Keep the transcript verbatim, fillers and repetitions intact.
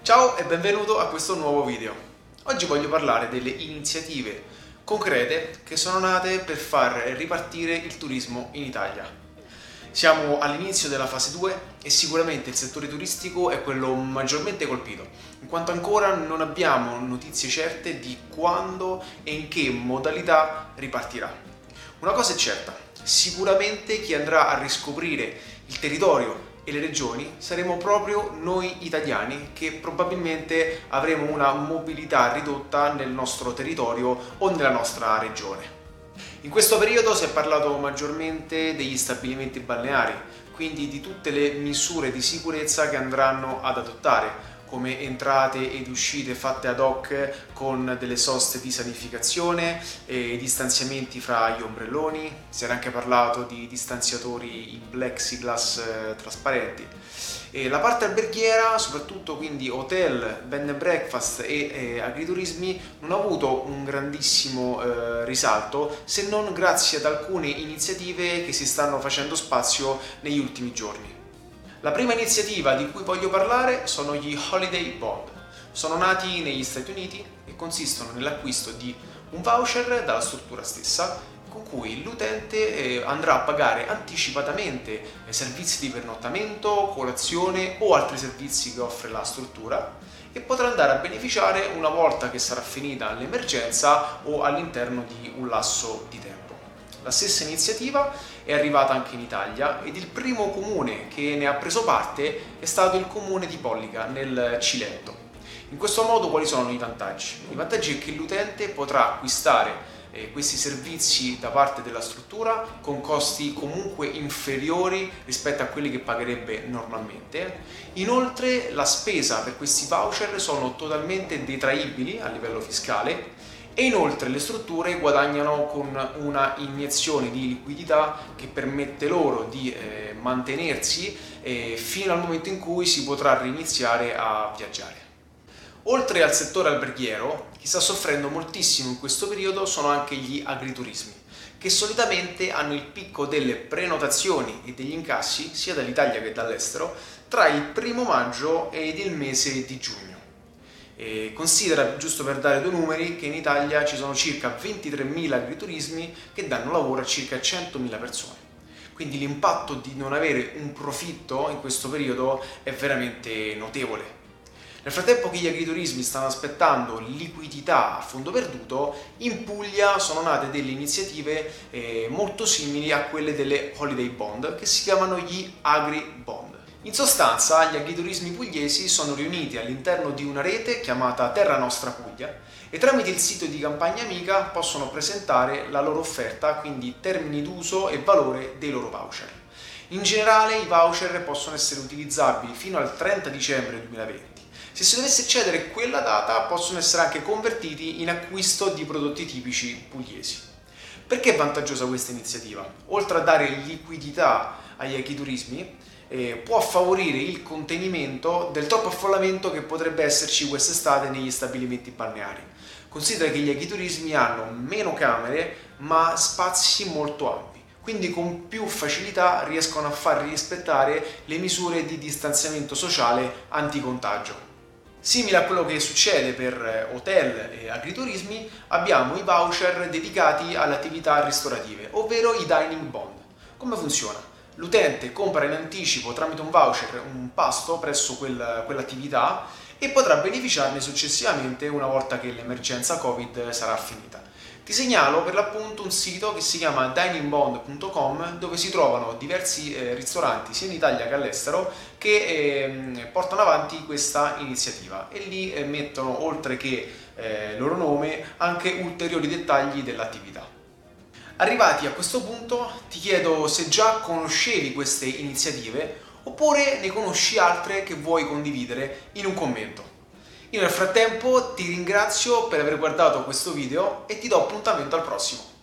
Ciao e benvenuto a questo nuovo video. Oggi voglio parlare delle iniziative concrete che sono nate per far ripartire il turismo in Italia. Siamo all'inizio della fase due e sicuramente il settore turistico è quello maggiormente colpito, in quanto ancora non abbiamo notizie certe di quando e in che modalità ripartirà. Una cosa è certa, sicuramente chi andrà a riscoprire il territorio e le regioni saremo proprio noi italiani, che probabilmente avremo una mobilità ridotta nel nostro territorio o nella nostra regione. In questo periodo si è parlato maggiormente degli stabilimenti balneari, quindi di tutte le misure di sicurezza che andranno ad adottare, come entrate ed uscite fatte ad hoc con delle soste di sanificazione e distanziamenti fra gli ombrelloni. Si era anche parlato di distanziatori in plexiglass eh, trasparenti. E la parte alberghiera, soprattutto quindi hotel, bed and breakfast e eh, agriturismi, non ha avuto un grandissimo eh, risalto, se non grazie ad alcune iniziative che si stanno facendo spazio negli ultimi giorni. La prima iniziativa di cui voglio parlare sono gli Holiday Bond. Sono nati negli Stati Uniti e consistono nell'acquisto di un voucher dalla struttura stessa con cui l'utente andrà a pagare anticipatamente servizi di pernottamento, colazione o altri servizi che offre la struttura e potrà andare a beneficiare una volta che sarà finita l'emergenza o all'interno di un lasso di tempo. La stessa iniziativa è arrivata anche in Italia ed il primo comune che ne ha preso parte è stato il comune di Pollica, nel Cilento. In questo modo quali sono i vantaggi? I vantaggi è che l'utente potrà acquistare eh, questi servizi da parte della struttura con costi comunque inferiori rispetto a quelli che pagherebbe normalmente. Inoltre la spesa per questi voucher sono totalmente detraibili a livello fiscale. E inoltre le strutture guadagnano con una iniezione di liquidità che permette loro di eh, mantenersi eh, fino al momento in cui si potrà riniziare a viaggiare. Oltre al settore alberghiero, chi sta soffrendo moltissimo in questo periodo sono anche gli agriturismi, che solitamente hanno il picco delle prenotazioni e degli incassi, sia dall'Italia che dall'estero, tra il primo maggio ed il mese di giugno. E considera, giusto per dare due numeri, che in Italia ci sono circa ventitremila agriturismi che danno lavoro a circa centomila persone. Quindi l'impatto di non avere un profitto in questo periodo è veramente notevole. Nel frattempo che gli agriturismi stanno aspettando liquidità a fondo perduto, in Puglia sono nate delle iniziative eh, molto simili a quelle delle Holiday Bond, che si chiamano gli Agri Bond. In sostanza, gli agriturismi pugliesi sono riuniti all'interno di una rete chiamata Terra Nostra Puglia e tramite il sito di Campagna Amica possono presentare la loro offerta, quindi termini d'uso e valore dei loro voucher. In generale i voucher possono essere utilizzabili fino al trenta dicembre duemilaventi. Se si dovesse eccedere quella data possono essere anche convertiti in acquisto di prodotti tipici pugliesi. Perché è vantaggiosa questa iniziativa? Oltre a dare liquidità agli agriturismi, Eh, può favorire il contenimento del troppo affollamento che potrebbe esserci quest'estate negli stabilimenti balneari. Considera che gli agriturismi hanno meno camere ma spazi molto ampi, quindi con più facilità riescono a far rispettare le misure di distanziamento sociale anticontagio. Simile a quello che succede per hotel e agriturismi, abbiamo i voucher dedicati alle attività ristorative, ovvero i dining bond. Come funziona? L'utente compra in anticipo tramite un voucher un pasto presso quel, quell'attività e potrà beneficiarne successivamente una volta che l'emergenza Covid sarà finita. Ti segnalo per l'appunto un sito che si chiama dining bond punto com, dove si trovano diversi eh, ristoranti sia in Italia che all'estero che eh, portano avanti questa iniziativa e lì eh, mettono, oltre che eh, il loro nome, anche ulteriori dettagli dell'attività. Arrivati a questo punto ti chiedo se già conoscevi queste iniziative oppure ne conosci altre che vuoi condividere in un commento. Io nel frattempo ti ringrazio per aver guardato questo video e ti do appuntamento al prossimo.